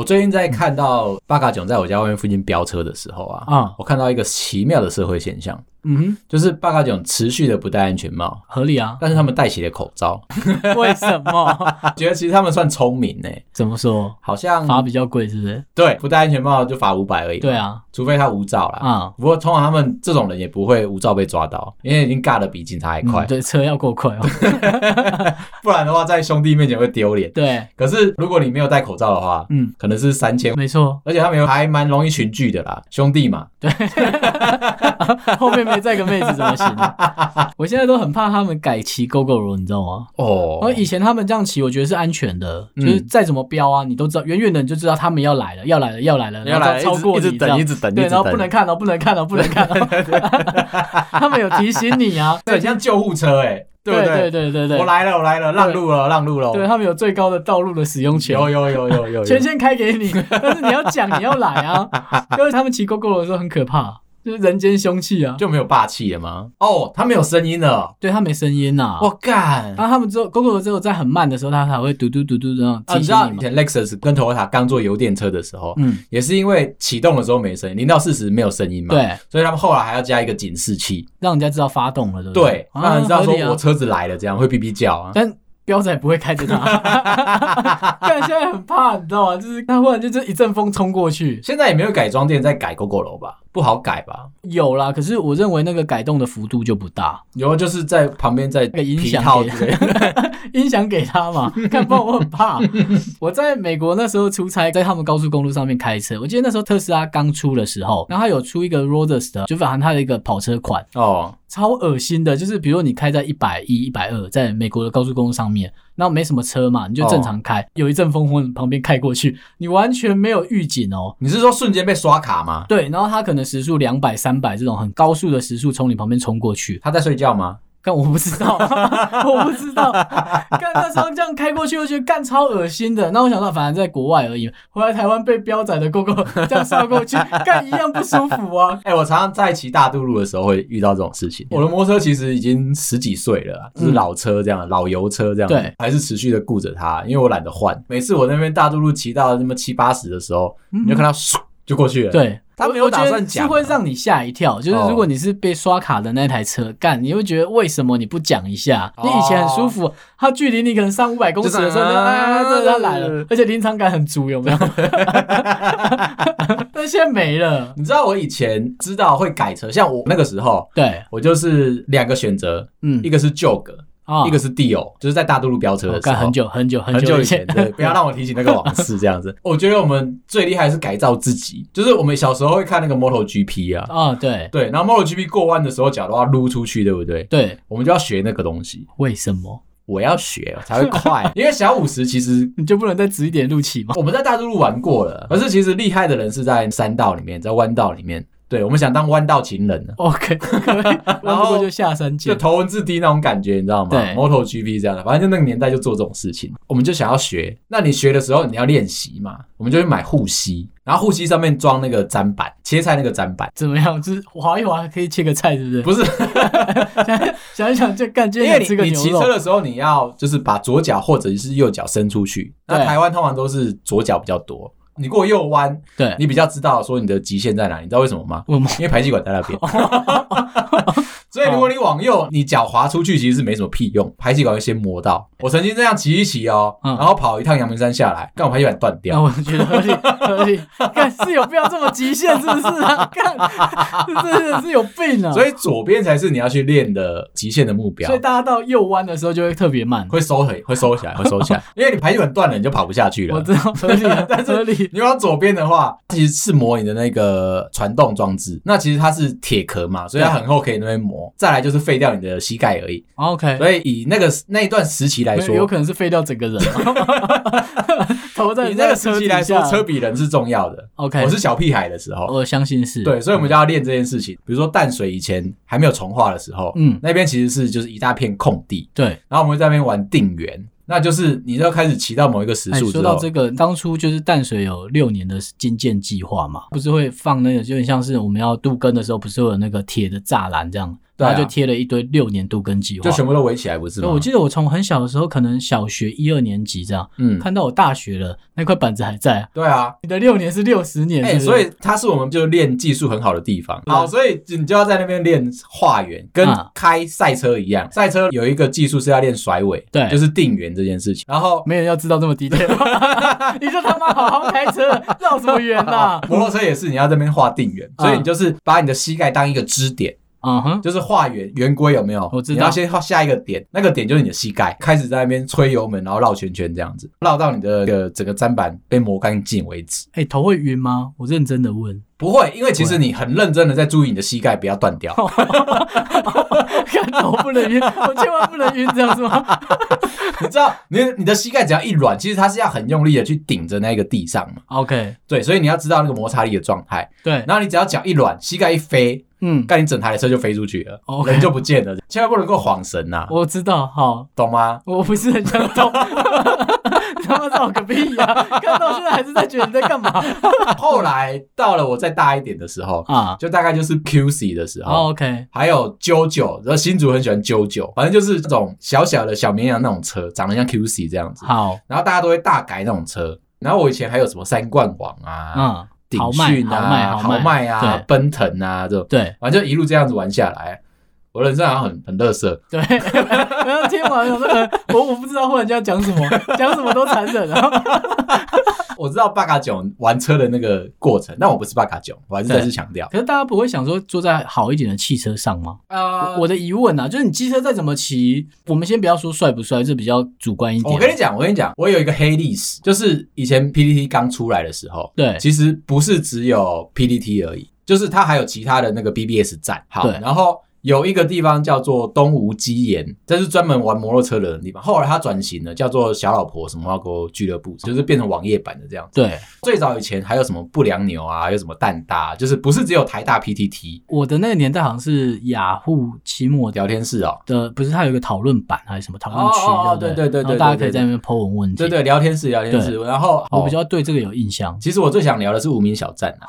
最近在看到八嘎囧在我家外面附近飙车的时候啊，我看到一个奇妙的社会现象。就是八嘎囧持续的不戴安全帽， 合理啊， 但是他们戴起了口罩。 为什么？ 觉得其实他们算聪明欸。 怎么说？ 好像罚比较贵，是不是？ 对，不戴安全帽就罚500而已。 对啊， 除非他无照啦。不过通常他们这种人也不会无照被抓到，因为已经尬得比警察还快。 对，车要够快哦， 不然的话在兄弟面前会丢脸。 对， 可是如果你没有戴口罩的话，可能是3000。 没错， 而且他们还蛮容易群聚的啦，兄弟嘛。 对，后面没载个妹子怎么行？我现在都很怕他们改骑 GoGo 你知道吗？而以前他们这样骑，我觉得是安全的，就是再怎么飙啊，你都知道，远远的你就知道他们要来了，然后超过你， 一直等， 对，然后不能看哦，他们有提醒你啊， 对，像救护车对不对？对，我来了，让路了。 对，他们有最高的道路的使用权， 有， 权限开给你，但是你要讲你要来啊，因为他们骑 GoGo 的时候很可怕。就是人间凶器啊， 就没有霸气了吗？他没有声音了。 对，他没声音啊。 我干！ 然后他们之后 GoGo 之后在很慢的时候，他才会嘟嘟嘟嘟这样提醒你。 你知道以前 Lexus 跟 Toyota 刚做油电车的时候，也是因为启动的时候没声音，0到40没有声音嘛。 对， 所以他们后来还要加一个警示器， 让人家知道发动了，对不对？对，让人知道说我车子来了，这样会哔哔叫啊。 但彪仔不会开着它，但现在很怕，你知道吗？就是他忽然就一阵风冲过去。 现在也没有改装店在改 GoGo 楼吧？不好改吧？ 有啦，可是我认为那个改动的幅度就不大。 有，就是在旁边再皮套之类的音响给他嘛。看，不然我很怕。我在美国那时候出差，在他们高速公路上面开车。我记得那时候特斯拉刚出的时候，然后他有出一个 Roadster 的，就反正他的一个跑车款超恶心的，就是比如你开在110、120，在美国的高速公路上面，然后没什么车嘛，你就正常开，有一阵风从旁边开过去，你完全没有预警哦。 你是说瞬间被刷卡吗？ 对，然后他可能时速200、300这种很高速的时速从你旁边冲过去。 他在睡觉吗？ 干，我不知道，我不知道。干，那时候这样开过去，我觉得干超恶心的。那我想到，反正在国外而已，回来台湾被彪仔的 GoGo 这样刷过去，干一样不舒服啊。 我常常在骑大渡路的时候会遇到这种事情。我的摩托车其实已经10几岁了，就是老车这样，老油车这样，对，还是持续的顾着它，因为我懒得换。每次我那边大渡路骑到那么70、80的时候，你就看到就过去了。 对。 他没有打算讲， 是会让你吓一跳。就是如果你是被刷卡的那台车，干，你会觉得为什么你不讲一下？你以前很舒服，它距离你可能300-500公尺的时候，它来了，而且临场感很足，有没有？但现在没了。 你知道我以前知道会改车，像我那个时候，对我就是2个选择，一个是Joke。一个是 Dio， 就是在大渡路飙车的时候， 很久以前， 对，不要让我提起那个往事这样子。我觉得我们最厉害的是改造自己，就是我们小时候会看那个 MotoGP 啊，对，然后 MotoGP 过弯的时候脚都要撸出去，对不对？对，我们就要学那个东西。 为什么？ 我要学才会快，因为小50其实你就不能再直一点路骑吗？ 我们在大渡路玩过了，可是其实厉害的人是在山道里面，在弯道里面。对，我们想当弯道情人呢。 OK， 可以，然后就下山见， 就头文字 D 那种感觉，你知道吗？对 ，MotoGP 这样的，反正就那个年代就做这种事情，我们就想要学。那你学的时候你要练习嘛，我们就会买护膝，然后护膝上面装那个砧板，切菜那个砧板， 怎么样？就是滑一滑可以切个菜，是不是？ 不是， 想一想就干，今天吃个牛肉。 因为你骑车的时候，你要就是把左脚或者是右脚伸出去。那台湾通常都是左脚比较多。你过右弯，对，你比较知道说你的极限在哪里，你知道为什么吗？因为排气管在那边。所以如果你往右，你脚滑出去其实是没什么屁用，排气管会先磨到。我曾经这样骑一骑然后跑一趟阳明山下来，干我排气管断掉。 我觉得合理，干是有必要这么极限是不是啊？干，真的是有病啊！ 所以左边才是你要去练的极限的目标。 所以大家到右弯的时候就会特别慢， 会收起来，因为你排气管断了，你就跑不下去了。 我知道，合理，但是你往左边的话，其实是磨你的那个传动装置。那其实它是铁壳嘛，所以它很厚，可以那边磨。再来就是废掉你的膝盖而已。 OK， 所以以那一段时期来说， 有可能是废掉整个人。头在以那个时期来说，车比人是重要的。OK， 我是小屁孩的时候， 我相信是。 对，所以我们就要练这件事情。比如说淡水以前还没有重化的时候，那边其实是就是一大片空地。对，然后我们会在那边玩定圆。那就是你要开始骑到某一个时速之后， 说到这个，当初就是淡水有6年的精建计划嘛，不是会放那个有点像是我们要渡耕的时候，不是会有那个铁的栅栏这样然后就贴了一堆6年都更计划， 就全部都围起来，不是吗？ 我记得我从很小的时候，可能小学1、2年级这样，看到我大学了，那块板子还在。 对啊， 你的6年是60年， 所以它是我们就练技术很好的地方。好，所以你就要在那边练化圆，跟开赛车一样。赛车有一个技术是要练甩尾，对，就是定圆这件事情。然后没人要知道这么 detail， 你就他妈好好开车，绕什么圆啊？ 摩托车也是，你要在那边画定圆，所以你就是把你的膝盖当一个支点。就是画圆规有没有？我知道。你要先画下一个点，那个点就是你的膝盖，开始在那边吹油门，然后绕圈圈这样子，绕到你的整个砧板被磨干净为止。 头会晕吗？我认真的问。 不会，因为其实你很认真的在注意你的膝盖不要断掉。 看头不能晕，我千万不能晕，这样是吗？ 你知道，你的膝盖只要一软，其实它是要很用力的去顶着那个地上嘛。 OK， 对，所以你要知道那个摩擦力的状态。 对， 然后你只要脚一软，膝盖一飞。干你整台的车就飞出去了，人就不见了，千万不能够晃神啊！ 我知道，好， 懂吗？ 我不是很想懂，他妈绕个屁呀！看到现在还是在觉得你在干嘛？ 后来到了我再大一点的时候就大概就是 QC 的时候 ，OK， 还有JoJo，然后新竹很喜欢JoJo，反正就是这种小小的小绵羊那种车，长得像 QC 这样子。 好， 然后大家都会大改那种车，然后我以前还有什么三冠王啊。鼎迅啊，豪迈啊，奔腾啊，这种对，反正就一路这样子玩下来，我人生好像很垃圾。 对，然后听完有那个，我不知道忽然间讲什么，讲什么都残忍啊。 我知道八嘎囧玩车的那个过程，但我不是八嘎囧，我还是再次强调。 可是大家不会想说坐在好一点的汽车上吗？我的疑问啊，就是你机车再怎么骑，我们先不要说帅不帅，这比较主观一点。 我跟你讲，我有一个黑历史，就是以前 PTT 刚出来的时候，对，其实不是只有 PTT 而已，就是它还有其他的那个 BBS 站。好，然后。有一个地方叫做东吴基岩，这是专门玩摩托车的地方。后来它转型了，叫做小老婆什么狗俱乐部，就是变成网页版的这样子。对，最早以前还有什么不良牛啊，还有什么蛋大，就是不是只有台大 PTT。 我的那个年代好像是雅虎期末聊天室的，不是它有一个讨论版还是什么讨论区？对，然后大家可以在那边 po 文问题。 对，聊天室。然后我比较对这个有印象。 其实我最想聊的是无名小站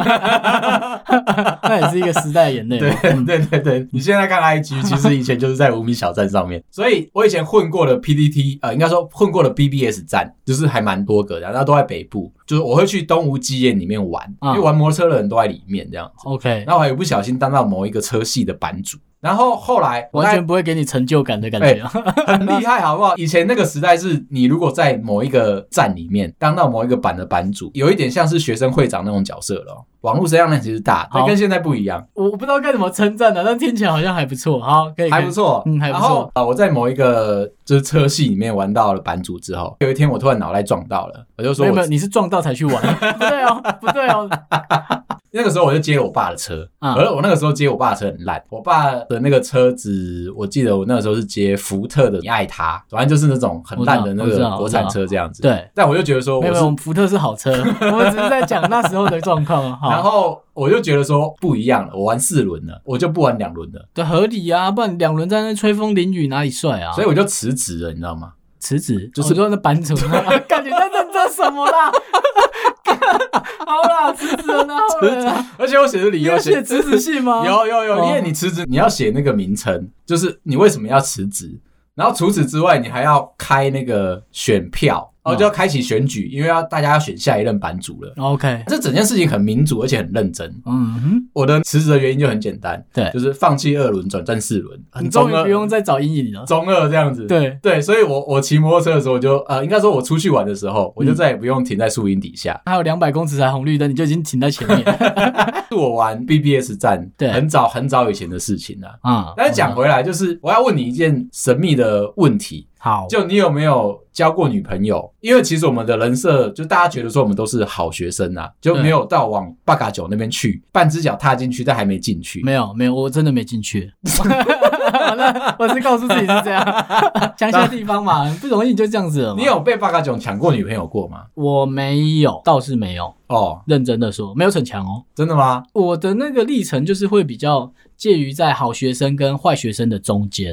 那也是一个时代的眼泪。 对。你现在看 IG， 其实以前就是在无名小站上面，所以我以前混过的 PTT， 应该说混过的 BBS 站，就是还蛮多个的，然后都在北部，就是我会去东吴基岩里面玩，因为玩摩托车的人都在里面这样子。OK， 然后我还不小心当到某一个车系的版主。然后后来完全不会给你成就感的感觉， 很厉害好不好？以前那个时代是你如果在某一个站里面当到某一个版的版主，有一点像是学生会长那种角色了。网络声量其实大，但跟现在不一样。 我不知道该怎么称赞的，但听起来好像还不错。好，可以， 还不错， 还不错。 我在某一个就是车系里面玩到了版主之后，有一天我突然脑袋撞到了，我就说没有，你是撞到才去玩，不对哦。 那个时候我就接了我爸的车，而我那个时候接我爸的车很烂，我爸的那个车子，我记得我那个时候是接福特的，你爱它，反正就是那种很烂的那个国产车这样子。对，但我就觉得说， 没有，福特是好车，我们只是在讲那时候的状况。 然后我就觉得说不一样了，我玩4轮了，我就不玩2轮了。 对，合理啊，不然2轮在那吹风淋雨哪里帅啊？ 所以我就辞职了，你知道吗？ 辞职就是说那版主，感觉在认真什么啦？好啦，辞职了，然后呢？ 而且我写的理由写辞职信吗？ 有，因为你辞职，你要写那个名称，就是你为什么要辞职。然后除此之外，你还要开那个选票，就要开启选举，因为大家要选下一任版主了。OK， 这整件事情很民主，而且很认真。我的辞职的原因就很简单，对，就是放弃2轮，转战4轮， 你终于不用再找阴影了， 中2这样子。对，所以我骑摩托车的时候就应该说我出去玩的时候，我就再也不用停在树荫底下。 还有200公尺才红绿灯，你就已经停在前面。 是我玩 BBS 站很早以前的事情了。但是讲回来，就是我要问你一件神秘的问题。好，就你有没有交过女朋友？因为其实我们的人设就大家觉得说我们都是好学生啊，就没有到往八嘎九那边去，半只脚踏进去，但还没进去。 没有，我真的没进去。我是告诉自己是这样，乡下地方嘛，不容易就这样子了嘛。 你有被八嘎九抢过女朋友过吗？ 我没有，倒是没有。认真的说，没有逞强哦。 真的吗？ 我的那个历程就是会比较介于在好学生跟坏学生的中间。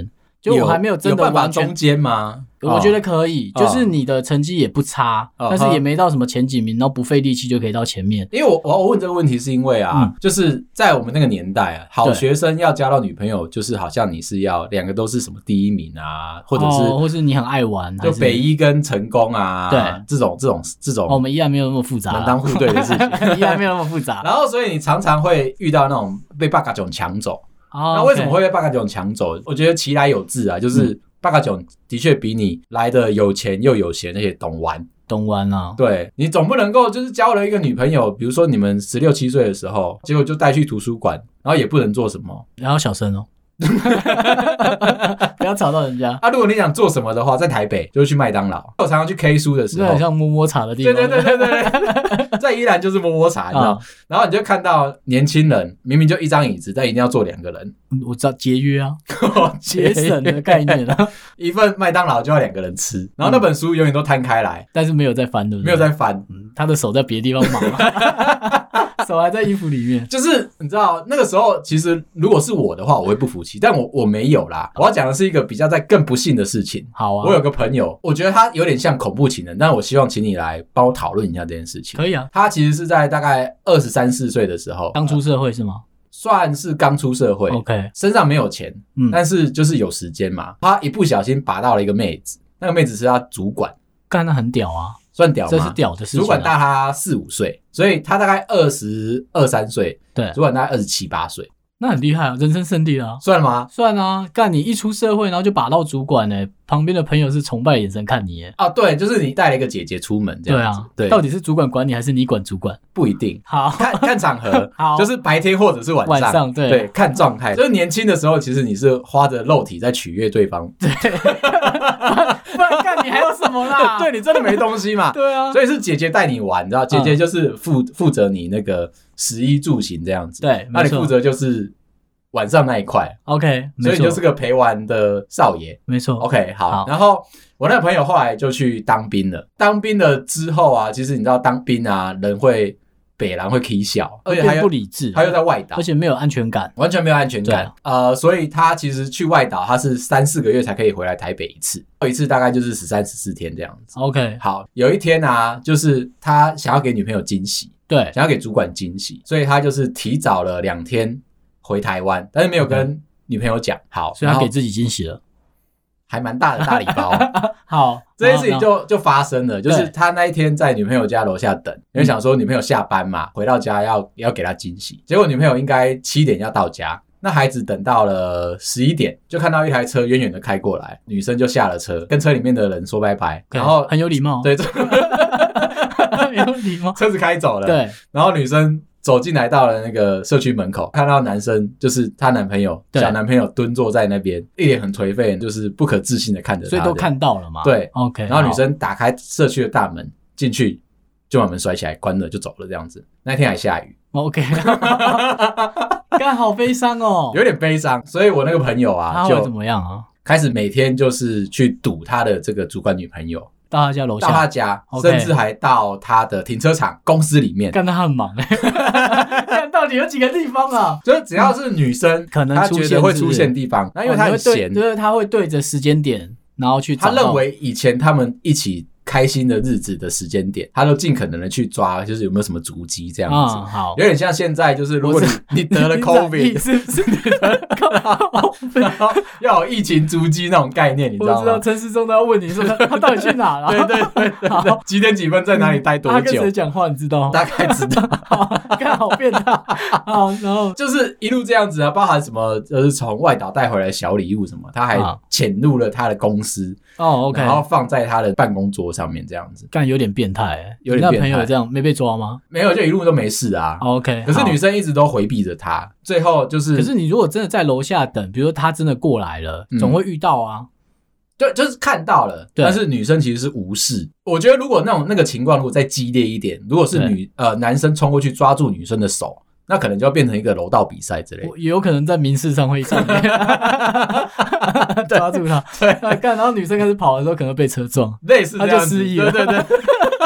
就我还没有真的有办法中间吗？ 我觉得可以，就是你的成绩也不差，但是也没到什么前几名，然后不费力气就可以到前面。 因为我问这个问题是因为就是在我们那个年代啊，好学生要交到女朋友，就是好像你是要两个都是什么第一名啊，或是你很爱玩， 就北一跟成功啊， 对， 这种我们依然没有那么复杂， 门当户对的事情， 依然没有那么复杂。 然后所以你常常会遇到那种被八嘎囧抢走。那为什么会被八嘎囧抢走？我觉得其来有自啊，就是八嘎囧的确比你来的有钱又有闲，而且懂玩啊。对，你总不能够就是交了一个女朋友，比如说你们16、17岁的时候，结果就带去图书馆，然后也不能做什么， 然后小声哦。不要吵到人家。 如果你想做什么的话，在台北就是去麦当劳。我常常去 K 书的时候， 很像摸摸茶的地方。 对，在宜兰就是摸摸茶，你知道？然后你就看到年轻人明明就一张椅子，但一定要坐2个人。 我知道节约啊，节省的概念啊。 一份麦当劳就要2个人吃，然后那本书永远都摊开来， 但是没有在翻，对不对？ 没有在翻， 他的手在别的地方忙，手还在衣服里面。 就是你知道那个时候，其实如果是我的话，我会不服气，但我没有啦。我要讲的是一个比较在更不幸的事情。 好啊， 我有个朋友，我觉得他有点像恐怖情人，但我希望请你来帮我讨论一下这件事情。 可以啊。 他其实是在大概23、24岁的时候， 刚出社会是吗？ 算是刚出社会 ，OK， 身上没有钱，但是就是有时间嘛。他一不小心拔到了一个妹子，那个妹子是他主管， 干得很屌啊， 算屌吗？ 这是屌的事情。 主管大他4、5岁，所以他大概22、23岁， 对， 主管大概27、8岁。 那很厉害啊，人生胜利啊！ 算了吗？ 算啊，干你一出社会，然后就把到主管旁边的朋友是崇拜的眼神看你对，就是你带了一个姐姐出门这样子。 对，到底是主管管你还是你管主管？ 不一定， 好看场合， 好， 就是白天或者是晚上，对，看状态。就是年轻的时候，其实你是花着肉体在取悦对方， 对，不然干你还有什么啦？ 对，你真的没东西嘛？ 对啊， 所以是姐姐带你玩，你知道，姐姐就是负责你那个食衣住行这样子， 对， 那你负责就是晚上那一块 ，OK， 所以你就是个陪玩的少爷， 没错 ，OK， 好。然后我那个朋友后来就去当兵了，当兵了之后啊，其实你知道当兵啊，人会北蓝会起笑，而且他又不理智， 他又在外岛， 而且没有安全感， 完全没有安全感。所以他其实去外岛，他是3、4个月才可以回来台北一次，一次大概就是13、14天这样子。 OK， 好，有一天啊，就是他想要给女朋友惊喜， 对， 想要给主管惊喜，所以他就是提早了2天回台湾，但是没有跟女朋友讲。好， 所以他给自己惊喜了。 还蛮大的大礼包。 好， 这件事情就发生了，就是他那一天在女朋友家楼下等，因为想说女朋友下班嘛，回到家要给他惊喜。结果女朋友应该7点要到家，那孩子等到了11点，就看到一台车远远的开过来，女生就下了车，跟车里面的人说拜拜，然后很有礼貌， 对， 很有礼貌， 车子开走了， 对， 然后女生走进来到了那个社区门口，看到男生就是她男朋友，小男朋友蹲坐在那边，一脸很颓废，就是不可置信的看着她， 所以都看到了嘛。 对 ，OK。 然后女生打开社区的大门进去，就把门摔起来，关了就走了这样子。那天还下雨 ，OK。干好悲伤哦， 有点悲伤。所以我那个朋友啊， 他会怎么样啊？ 开始每天就是去堵他的这个主管女朋友。 到他家楼下， 到他家，甚至还到他的停车场、公司里面。 干他很忙干到底有几个地方啊？ 就是只要是女生， 可能他觉得会出现地方，那因为他很闲， 就是他会对着时间点，然后去找。 他认为以前他们一起开心的日子的时间点，他都尽可能的去抓，就是有没有什么足迹这样子。 好， 有点像现在，就是如果你得了 COVID， 是你得了 COVID， 然后要有疫情足迹那种概念，你知道吗？ 我知道陈时中都要问你说他到底去哪了？ 对，几点几分在哪里待多久？ 他跟谁讲话你知道吗？ 大概知道。 看好变态。好，然后就是一路这样子啊，包含什么，就是从外岛带回来小礼物什么，他还潜入了他的公司。 OK， 然后放在他的办公桌上面这样子， 干有点变态有点变态。 那朋友这样没被抓吗？ 没有，就一路都没事啊。 OK， 可是女生一直都回避着他，最后就是， 可是你如果真的在楼下等，比如说他真的过来了，总会遇到啊。 对，就是看到了，但是女生其实是无视。我觉得如果那个情况如果再激烈一点，如果是男生冲过去抓住女生的手，那可能就要变成一个柔道比赛之类的， 也有可能在民事上会上面抓住他，对，然后女生开始跑的时候可能被车撞， 类似这样子， 他就失忆了， 对，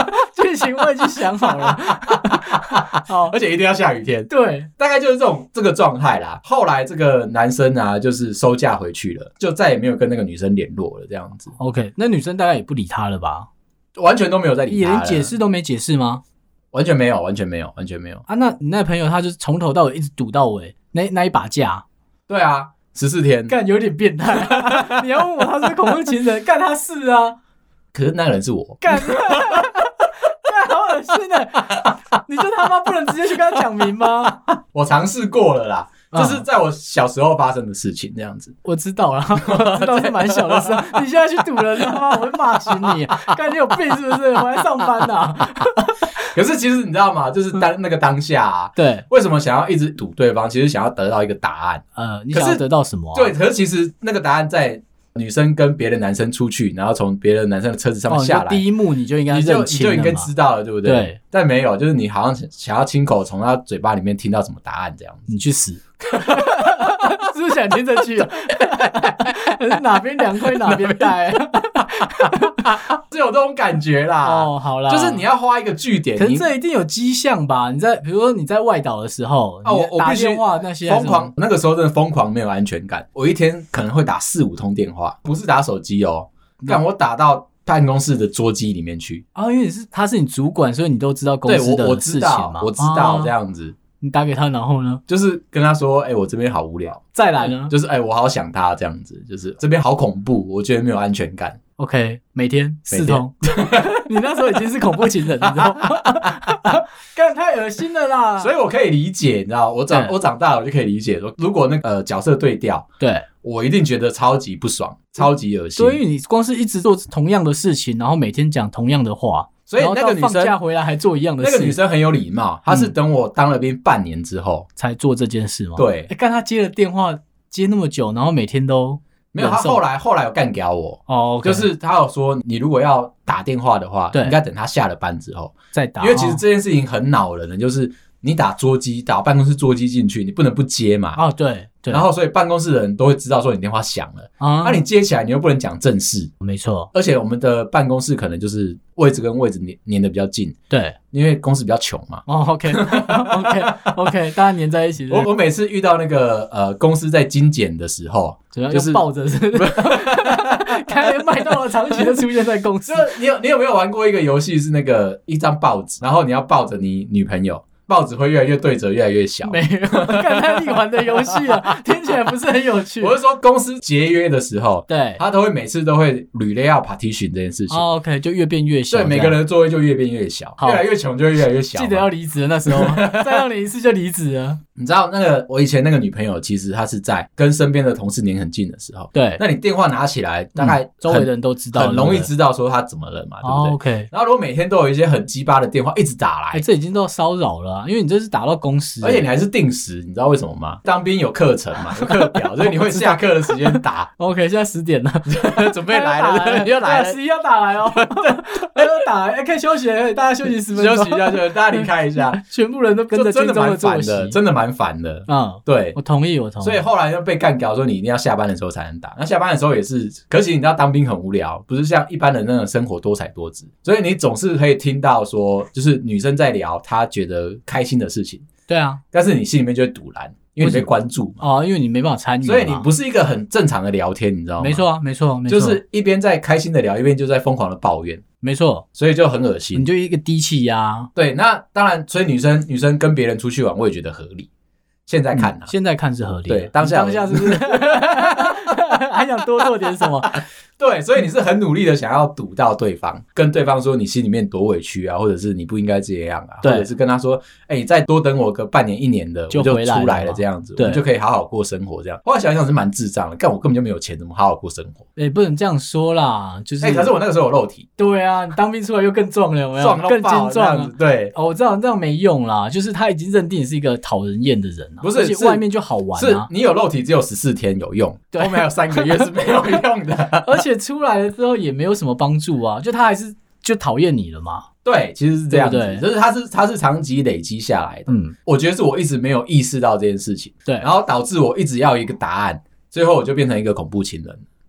剧情我已经想好了。好， 而且一定要下雨天。 对， 大概就是这个状态啦。后来这个男生啊，就是收假回去了，就再也没有跟那个女生联络了，这样子。 OK， 那女生大概也不理他了吧？ 完全都没有在理他了， 连解释都没解释吗？ 完全没有，完全没有，完全没有啊！那你那朋友他就是从头到尾一直赌到尾，那一把架。对啊，14天， 干有点变态。你要问我他是恐怖情人，干他是啊。 可是那个人是我。 干，好恶心的！你就他妈不能直接去跟他讲明吗？ 我尝试过了啦。这是在我小时候发生的事情，这样子。 我知道啦，我知道是蛮小的时候。你现在去赌了，他妈我会骂醒你！干你有病是不是？我还上班啊。 可是其实你知道吗？就是那个当下啊， 对， 为什么想要一直赌对方？其实想要得到一个答案。 你想要得到什么？ 对，可是其实那个答案在女生跟别的男生出去，然后从别的男生的车子上面下来， 第一幕你就应该认清了嘛， 你就应该知道了，对不对？对。但没有，就是你好像想要亲口从他嘴巴里面听到什么答案这样子。 你去死！是不是想听这句？哪边凉快哪边带。 是有这种感觉啦。 哦，好啦， 就是你要花一个句点。 可是这一定有迹象吧？比如说你在外岛的时候， 我打电话那些疯狂，那个时候真的疯狂没有安全感。我一天可能会打4-5通电话，不是打手机哦，干我打到办公室的桌机里面去。 因为他是你主管，所以你都知道公司的事情嘛。 我知道这样子。 你打给他，然后呢？ 就是跟他说，我这边好无聊。 再来呢？ 就是我好想他这样子，就是这边好恐怖，我觉得没有安全感。 OK， 每天4通。你那时候已经是恐怖情人，你知道吗？干太恶心了啦！ 所以我可以理解，你知道，我长大了，我就可以理解说，如果那个角色对调， 对我一定觉得超级不爽，超级恶心。 所以你光是一直做同样的事情，然后每天讲同样的话。 所以那个女生放假回来还做一样的事， 那个女生很有礼貌，她是等我当了兵半年之后才做这件事吗？ 对， 干她接了电话接那么久，然后每天都没有。她后来有干掉我哦， 就是她有说，你如果要打电话的话，应该等她下了班之后再打， 因为其实这件事情很恼人的，就是你打桌机，打办公室桌机进去，你不能不接嘛。 对。 然后所以办公室的人都会知道说你电话响了那你接起来你又不能讲正事， 没错。 而且我们的办公室可能就是位置跟位置粘得比较近， 对， 因为公司比较穷嘛。 OK， 大家粘在一起。 我每次遇到那个公司在精简的时候， 就是抱着，看麦当劳长期都出现在公司。 你有没有玩过一个游戏，是那个一张报纸，然后你要抱着你女朋友？报纸会越来越对折，越来越小。 没有，看太力玩的游戏啊，听起来不是很有趣。 我是说，公司节约的时候， 对， 他都会每次都会layout partition 这件事情。 OK， 就越变越小。 对，每个人的座位就越变越小，越来越穷就会越来越小。 记得要离职那时候，再让你一次就离职了。 你知道那个我以前那个女朋友，其实她是在跟身边的同事黏很近的时候， 对， 那你电话拿起来，大概周围的人都知道， 很容易知道说她怎么了嘛，对不对 ？OK。 然后如果每天都有一些很鸡巴的电话一直打来， 这已经都骚扰了，因为你这是打到公司， 而且你还是定时，你知道为什么吗？当兵有课程嘛，有课表，所以你会下课的时间打。 OK， 现在10点了， 准备来了，要来了，11 要打来哦，要打来，可以休息，大家休息10分钟， 休息一下，大家离开一下， 全部人都跟着军中的作息， 真的蛮烦的。对， 我同意。 所以后来就被干掉，说你一定要下班的时候才能打。那下班的时候也是，可是你知道当兵很无聊，不是像一般的那种生活多彩多姿，所以你总是可以听到说，就是女生在聊她觉得开心的事情。 对啊， 但是你心里面就会堵拦，因为你被关注嘛。 因为你没办法参与， 所以你不是一个很正常的聊天，你知道吗？ 没错，没错， 就是一边在开心的聊，一边就在疯狂的抱怨。 没错， 所以就很恶心， 你就一个低气压。 对，那当然，所以女生跟别人出去玩，我也觉得合理。现在看现在看是合理的。 对，当下是不是还想多做点什么？ 对，所以你是很努力的想要堵到对方，跟对方说你心里面多委屈啊，或者是你不应该这样啊，或者是跟他说，你再多等我个半年1年的，我就出来了这样子，我们就可以好好过生活这样。后来想想是蛮智障的，但我根本就没有钱，怎么好好过生活？ 不能这样说啦，就是可是我那个时候有肉体。对啊，你当兵出来又更壮了，有没有？ 壮更精壮了。 对， 我知道这样没用啦，就是他已经认定你是一个讨人厌的人了， 不是？ 而且外面就好玩啊。 是你有肉体只有14天有用，后面还有3个月是没有用的， 而且出来了之后也没有什么帮助啊，就他还是就讨厌你了嘛。 对，其实是这样子，对，就是他是长期累积下来的。我觉得是我一直没有意识到这件事情，对，然后导致我一直要一个答案，最后我就变成一个恐怖情人。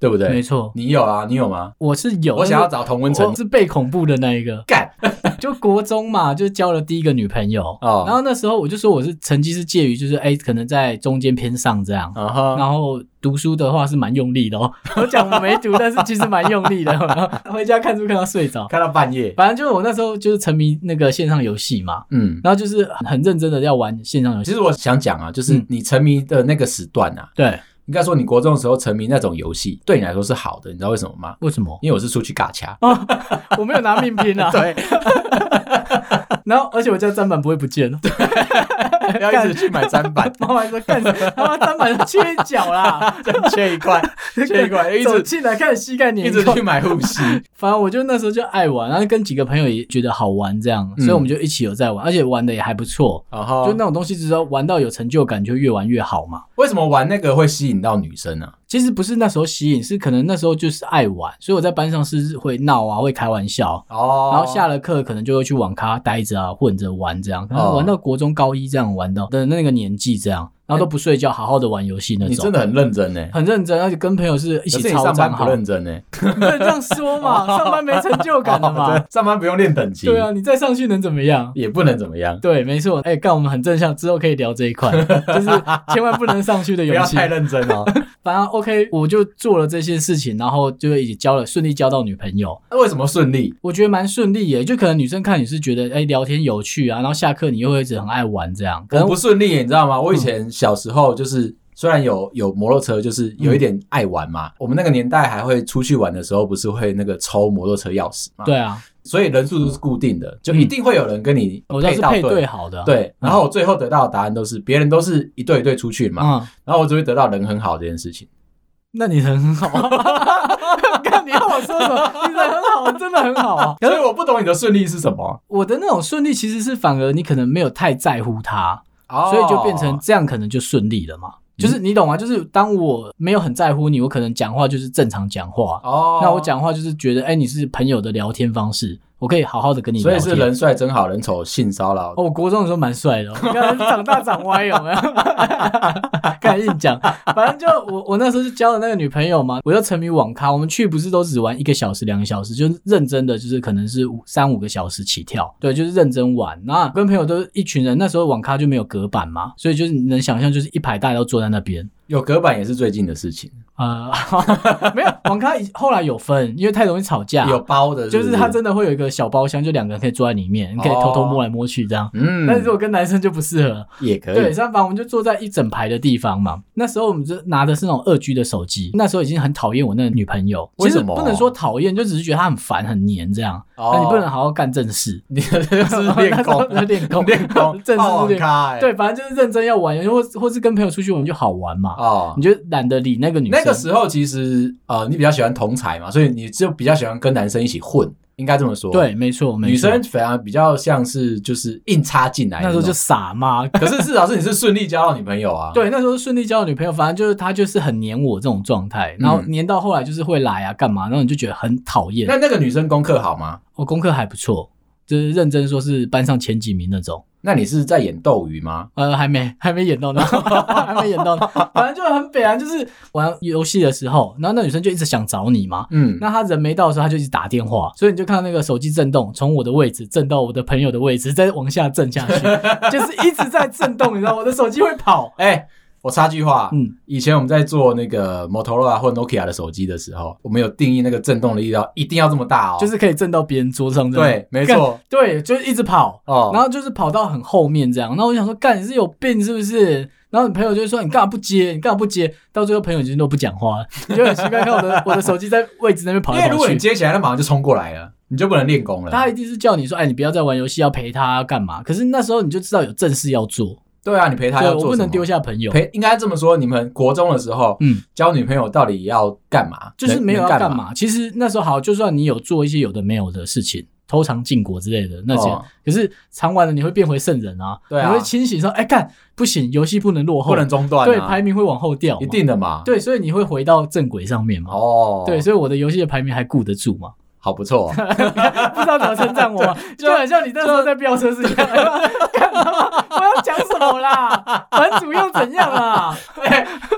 对不对？ 没错。 你有啊？你有吗？ 我是有， 我想要找同温层， 我是被恐怖的那一个。 干， 就国中嘛，就交了第一个女朋友。然后那时候我就说我是成绩是介于就是可能在中间偏上这样。然后读书的话是蛮用力的哦。我讲我没读，但是其实蛮用力的。回家看书看到睡着， 看到半夜。 反正就是我那时候就是沉迷那个线上游戏嘛。然后就是很认真的要玩线上游戏。 其实我想讲啊，就是你沉迷的那个时段啊， 对。 应该说你国中的时候沉迷那种游戏对你来说是好的，你知道为什么吗？ 为什么？ 因为我是出去尬掐。 我没有拿命拼啊。 对。 然后而且我家砧板不会不见了。 要一直去买砧板。 妈妈说干什么？他妈砧板缺一角啦。 缺一块，缺一块，一直走进来看膝盖粘， 一直去买护膝。 反正我就那时候就爱玩，然后跟几个朋友也觉得好玩这样，所以我们就一起有在玩，而且玩的也还不错。就那种东西只要玩到有成就感就越玩越好嘛。 为什么玩那个会吸引到女生呢？ 其实不是那时候吸引，是可能那时候就是爱玩，所以我在班上是会闹啊，会开玩笑。然后下了课可能就会去网咖待着啊，混着玩这样，可能玩到国中高一这样玩到的那个年纪这样。然后都不睡觉，好好的玩游戏那种。 你真的很认真耶， 很认真，而且跟朋友是一起抄账号。 可是你上班不认真耶， 不能这样说嘛，上班没成就感的嘛。 上班不用练等级。 对啊，你再上去能怎么样？ 也不能怎么样。 对，没错。干我们很正向，之后可以聊这一块，就是千万不能上去的游戏。 不要太认真哦。 反正 OK， 我就做了这些事情，然后就一起顺利交到女朋友。 那为什么顺利？ 我觉得蛮顺利耶，就可能女生看你是觉得聊天有趣啊，然后下课你又会一直很爱玩这样。 我不顺利耶，你知道吗？我以前小时候就是虽然有摩托车，就是有一点爱玩嘛。我们那个年代还会出去玩的时候，不是会那个抽摩托车钥匙吗？ 对啊， 所以人数都是固定的，就一定会有人跟你配对好的。 对，然后我最后得到的答案都是别人都是一对一对出去嘛，然后我只会得到人很好这件事情。 那你人很好看你要我说什么？你人很好，真的很好啊。 所以我不懂你的顺利是什么。 我的那种顺利其实是反而你可能没有太在乎他，所以就变成这样，可能就顺利了嘛。就是你懂吗？就是当我没有很在乎你，我可能讲话就是正常讲话。那我讲话就是觉得你是朋友的聊天方式，我可以好好的跟你聊天。 所以是人帅真好人丑性骚扰。 我国中的时候蛮帅的，你看长大长歪有没有？敢硬讲。反正就我那时候就交了那个女朋友嘛，我就沉迷网咖，我们去不是都只玩1个小时2个小时，就认真的就是可能是3-5个小时起跳。对，就是认真玩。那跟朋友都一群人，那时候网咖就没有隔板嘛，所以就是你能想象就是一排大家都坐在那边。 有隔板也是最近的事情。 没有，网咖后来有分，因为太容易吵架。 有包的是不是， 就是它真的会有一个小包厢，就2个人可以坐在里面，你可以偷偷摸来摸去这样。但是如果跟男生就不适合。 也可以。 对，反正我们就坐在一整排的地方嘛。那时候我们就拿的是那种2G 的手机，那时候已经很讨厌我那个女朋友。 为什么？ 其实不能说讨厌，就只是觉得她很烦很黏这样。那你不能好好干正事。 你就是练功， 练功，正式练。对，反正就是认真要玩，或是跟朋友出去我们就好玩嘛。你就懒得理那个女生。 那个时候其实你比较喜欢同才嘛，所以你就比较喜欢跟男生一起混，应该这么说。 对，没错。 女生反而比较像是就是硬插进来。 那时候就傻嘛。 可是至少是你是顺利交到女朋友啊。 对，那时候顺利交到女朋友，反正就是她就是很黏我这种状态，然后黏到后来就是会来啊干嘛，然后你就觉得很讨厌。 那个女生功课好吗？ 我功课还不错，就是认真说是班上前几名那种。 那你是在演斗鱼吗？ 还没演到呢，还没演到呢。反正就很北然，就是玩游戏的时候，然后那女生就一直想找你嘛。那她人没到的时候，她就一直打电话，所以你就看到那个手机震动，从我的位置震到我的朋友的位置，再往下震下去，就是一直在震动，你知道，我的手机会跑。 我插句话，以前我们在做那个 Motorola 或 Nokia 的手机的时候，我们有定义那个震动的力道一定要这么大哦， 就是可以震到别人桌上。 对，没错， 对，就是一直跑，然后就是跑到很后面这样。然后我想说，干，你是有病是不是？然后你朋友就说，你干嘛不接？到最后朋友已经都不讲话了，你就很奇怪，看我的手机在位置那边跑来跑去。 因为如果你接起来，他马上就冲过来了，你就不能练功了。 他一定是叫你说，你不要再玩游戏，要陪他干嘛？可是那时候你就知道有正事要做。 对啊，你陪他要做什么？ 我不能丢下朋友。 应该这么说，你们国中的时候，交女朋友到底要干嘛？ 就是没有要干嘛。其实那时候好，就算你有做一些有的没有的事情，偷尝禁果之类的那些，可是尝完了你会变回圣人啊。对啊，你会清醒说，干不行，游戏不能落后， 不能中断， 对，排名会往后掉， 一定的嘛。 对，所以你会回到正轨上面嘛。对，所以我的游戏的排名还顾得住嘛。 好不错， 不知道怎么称赞我吗？就很像你那时候在飙车是一样。我要讲什么啦？玩主又怎样啦？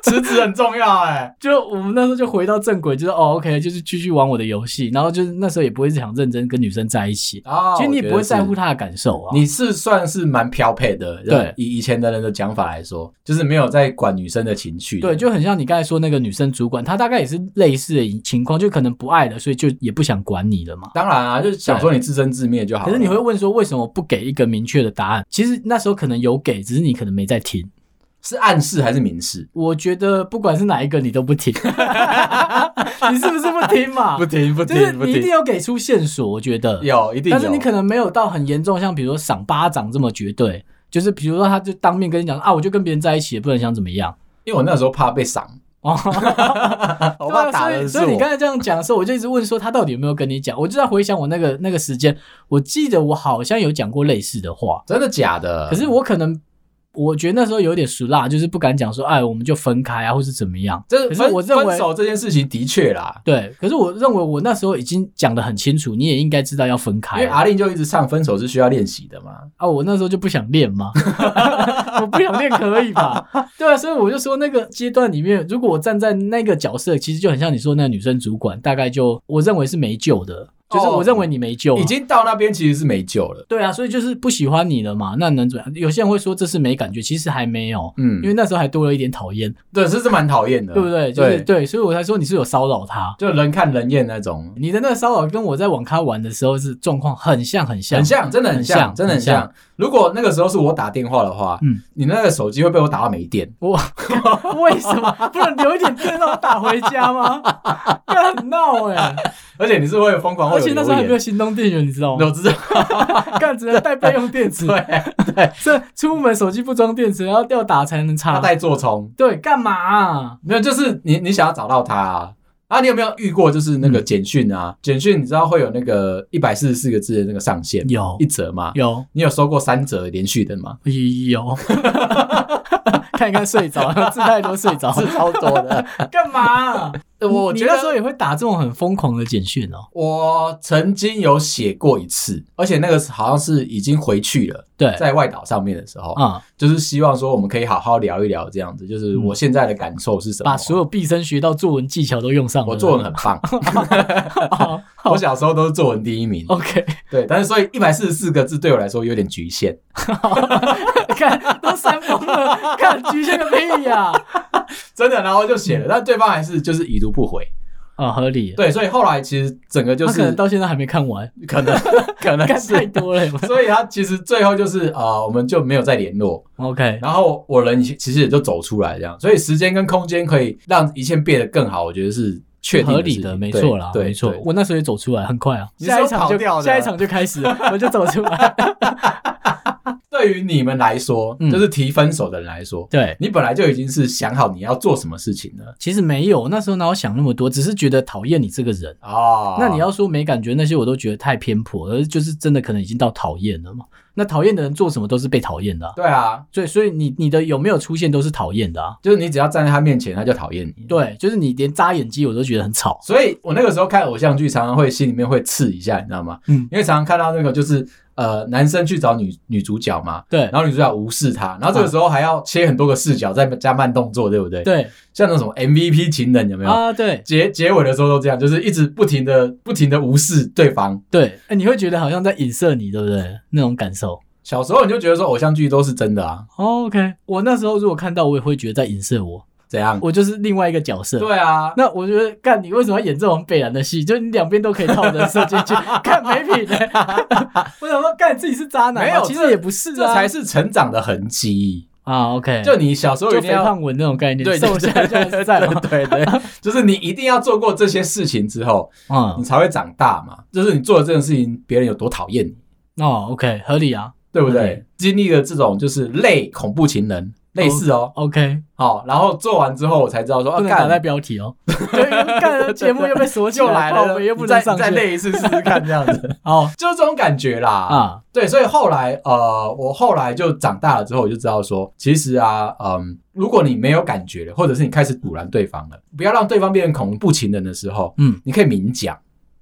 辞职很重要就我们那时候就回到正轨，就是OK， 就是继续玩我的游戏，然后就是那时候也不会想认真跟女生在一起。其实你也不会在乎她的感受啊。 你是算是蛮飘配的，对，以前的人的讲法来说，就是没有在管女生的情绪。 对，就很像你刚才说那个女生主管，她大概也是类似的情况，就可能不爱了，所以就也不想管你了嘛。 当然啊，就是想说你自生自灭就好了。 可是你会问说为什么不给一个明确的答案？其实那时候可能有给，只是你可能没在听。 是暗示还是明示？ 我觉得不管是哪一个你都不听。你是不是不听嘛？ 不听， 就是你一定要给出线索，我觉得有一定有， 但是你可能没有到很严重，像比如说赏巴掌这么绝对，就是比如说他就当面跟你讲啊，我就跟别人在一起，不能想怎么样。 因为我那时候怕被赏。我怕打人。 所以你刚才这样讲的时候，我就一直问说他到底有没有跟你讲。我就在回想我那个时间，我记得我好像有讲过类似的话。 真的假的？ 可是我觉得那时候有点俗辣，就是不敢讲说，我们就分开啊，或是怎么样。 可是我认为分手这件事情的确啦， 对。可是我认为我那时候已经讲得很清楚，你也应该知道要分开。 因为阿令就一直唱分手是需要练习的嘛。 我那时候就不想练嘛。我不想练可以吧？对啊，所以我就说那个阶段里面，如果我站在那个角色，其实就很像你说那个女生主管，大概就我认为是没救的。就是我认为你没救， 已经到那边其实是没救了。 对啊，所以就是不喜欢你了嘛，那能怎么样？有些人会说这是没感觉，其实还没有，因为那时候还多了一点讨厌。 对，是蛮讨厌的， 对不对？就是对，所以我才说你是有骚扰他， 就人看人厌那种。 你的那个骚扰跟我在网咖玩的时候是状况很像， 真的很像，真的很像。如果那个时候是我打电话的话，你那个手机会被我打到没电。 为什么不能留一点电让我打回家吗？很闹而且你是会疯狂会有留言， 而且那时候还没有行动电源，你知道吗？ 我知道， 干只能带备用电池。 对， 这出门手机不装电池，然后要打才能插。 他带座充。 对，干嘛啊？ 没有，就是你想要找到他啊。你有没有遇过就是那个简讯啊？简讯你知道会有那个144个字的那个上限， 有 1则吗？ 有。你有收过3则连续的吗？ 有。看一看睡着，字太多睡着， 字超多的。 干嘛？ 我觉得那时候也会打这种很疯狂的简讯哦。 我曾经有写过一次，而且那个好像是已经回去了。对，在外岛上面的时候，就是希望说我们可以好好聊一聊这样子，就是我现在的感受是什么。 把所有毕生学到作文技巧都用上了。 我作文很棒。我小时候都是作文第1名。 OK， 对，但是所以144个字对我来说有点局限。 看都3封了，看局限个屁呀！ 真的，然后就写了，但对方还是就是已读不回。 合理。 对，所以后来其实整个就是他可能到现在还没看完， 可能看太多了。 所以他其实最后就是我们就没有再联络。 OK， 然后我人其实也就走出来这样，所以时间跟空间可以让一切变得更好，我觉得是确定的， 合理的，没错啦，没错。我那时候也走出来，很快啊，下一场就开始了，我就走出来。 对于你们来说，就是提分手的人来说，对你本来就已经是想好你要做什么事情了。 其实没有，那时候哪有想那么多，只是觉得讨厌你这个人那你要说没感觉，那些我都觉得太偏颇，而就是真的可能已经到讨厌了嘛。那讨厌的人做什么都是被讨厌的对啊， 所以你的有没有出现都是讨厌的就是你只要站在他面前，他就讨厌你。 对，就是你连眨眼睛我都觉得很吵。 所以我那个时候看偶像剧，常常会心里面会刺一下，你知道吗？因为常常看到那个就是男生去找女主角嘛，对，然后女主角无视他，然后这个时候还要切很多个视角，再加慢动作，对不对？对，像那种 MVP 情人有没有对，结尾的时候都这样，就是一直不停的无视对方。对， 你会觉得好像在影射你，对不对？那种感受。 小时候你就觉得说偶像剧都是真的啊。 OK， 我那时候如果看到，我也会觉得在影射我。 怎样？ 我就是另外一个角色。 对啊， 那我觉得干你为什么要演这种北蓝的戏？就你两边都可以套人设进去，看没品我想说，干自己是渣男，没有，其实也不是这才是成长的痕迹 OK， 就你小时候一定要就肥胖文那种概念， 对， 瘦下来就在嘛。 对，就是你一定要做过这些事情之后，你才会长大嘛。就是你做了这件事情，别人有多讨厌你。 OK， 合理啊， 对不对？经历了这种就是类恐怖情人。类似 OK， 好，然后做完之后我才知道说， 不能打在标题干节目又被锁起来了，又不能上线， 再累一次试试看这样子，就是这种感觉啦对，所以后来我后来就长大了之后，我就知道说，其实如果你没有感觉了，或者是你开始阻拦对方了，不要让对方变成恐怖情人的时候，你可以明讲。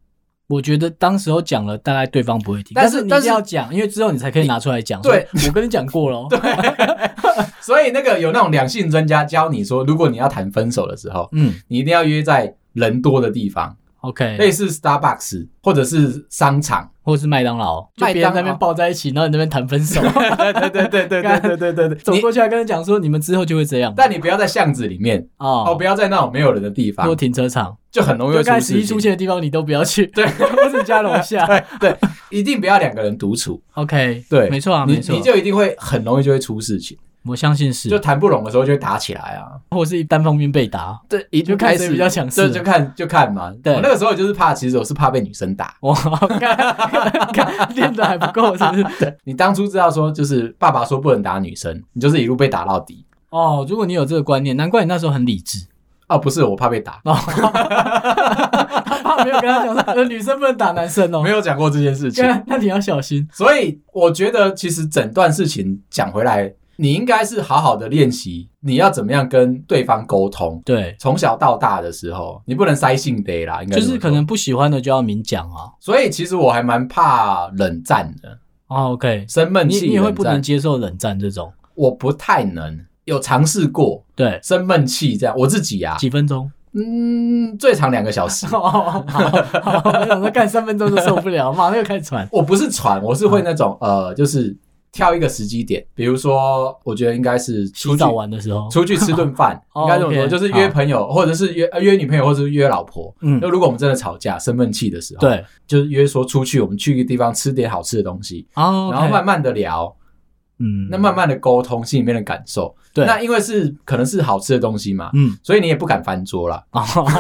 我觉得当时候讲了，大概对方不会听，但是你一定要讲，因为之后你才可以拿出来讲。对，我跟你讲过了。 对，所以那个有那种两性专家教你说，如果你要谈分手的时候，你一定要约在人多的地方。 OK， 类似 Starbucks 或者是商场， 或者是麦当劳，就别人在那边抱在一起，然后你那边谈分手。 对， 走过去还跟他讲说，你们之后就会这样。 但你不要在巷子里面不要在那种没有人的地方， 或停车场， 就很容易会出事情。 就11出现的地方你都不要去， 对， 或是家楼下， 对，一定不要2个人独处。 OK， 对， 没错啊，没错， 你就一定会很容易就会出事情。 我相信是， 就谈不拢的时候就会打起来啊， 或者是单方面被打， 对，就开始比较强势， 就看嘛。对，我那个时候就是怕，其实我是怕被女生打。 哇，看练的还不够，是不是？ 对，你当初知道说，就是爸爸说不能打女生，你就是一路被打到底。 哦，如果你有这个观念，难怪你那时候很理智。 哦，不是，我怕被打。 他怕没有跟他讲说，女生不能打男生哦， 没有讲过这件事情。 那你要小心。 所以我觉得，其实整段事情讲回来，你应该是好好的练习，你要怎么样跟对方沟通。 对， 从小到大的时候，你不能塞性得啦，应该就是可能不喜欢的就要明讲啊。 所以其实我还蛮怕冷战的。 OK， 生闷气， 你也会不能接受冷战这种？ 我不太能，有尝试过。对，生闷气这样，我自己啊， 几分钟？ 最长2个小时。 好，我干3分钟就受不了，马上又开始传。 我不是传，我是会那种就是挑一个时机点，比如说，我觉得应该是洗澡完的时候， 出去吃顿饭，应该这么说，就是约朋友，或者是约女朋友，或者是约老婆。那如果我们真的吵架、生闷气的时候，对，就是约说出去，我们去一个地方吃点好吃的东西，然后慢慢的聊。那慢慢的沟通心里面的感受，对，那因为是可能是好吃的东西嘛，所以你也不敢翻桌啦，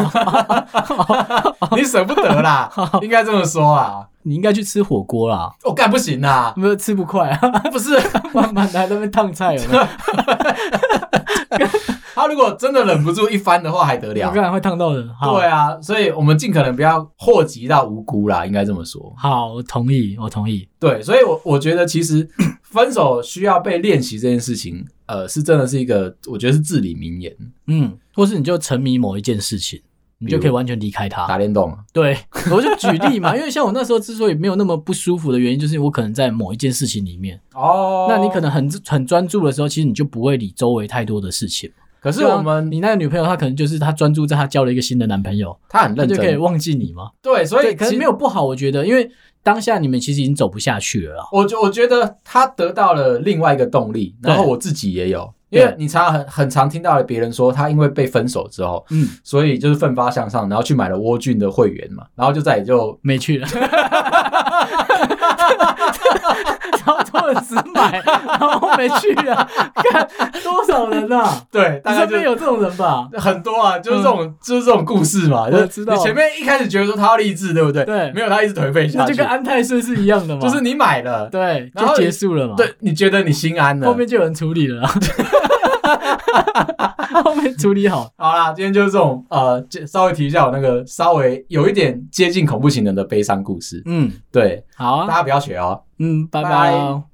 你舍不得啦，应该这么说啊， 你应该去吃火锅啦， 我干不行啦， 没有吃不快啊， 不是， 慢慢来那边烫菜有没有？ 他如果真的忍不住一翻的话，还得了？ 我可能会烫到人。 对啊，所以我们尽可能不要祸及到无辜啦，应该这么说。 好，我同意。 对，所以我觉得其实分手需要被练习这件事情，是真的是一个，我觉得是至理名言。 或是你就沉迷某一件事情，你就可以完全离开它。 打电动。 对，我就举例嘛，因为像我那时候之所以没有那么不舒服的原因，就是我可能在某一件事情里面。那你可能很专注的时候，其实你就不会理周围太多的事情。可是你那个女朋友，她可能就是她专注在她交了一个新的男朋友， 她很认真， 她就可以忘记你嘛。 对，所以可是没有不好，我觉得，因为当下你们其实已经走不下去了啦。 我觉得她得到了另外一个动力，然后我自己也有。因为你很常听到别人说，他因为被分手之后，所以就是奋发向上，然后去买了蜗苣的会员嘛，然后就再也就没去了。超多人只买，然后没去啊！看多少人啊？ 对，大概身边有这种人吧？ 很多啊，就是这种故事嘛。 我知道， 你前面一开始觉得说他要励志，对不对？ 对， 没有他一直颓废下去， 就跟安泰顺是一样的嘛。 就是你买了， 对，就结束了嘛。 对，你觉得你心安了， 后面就有人处理了。后面处理好啦，今天就是这种稍微提一下我那个稍微有一点接近恐怖情人的悲伤故事。对， 好啊， 大家不要学哦。 拜拜。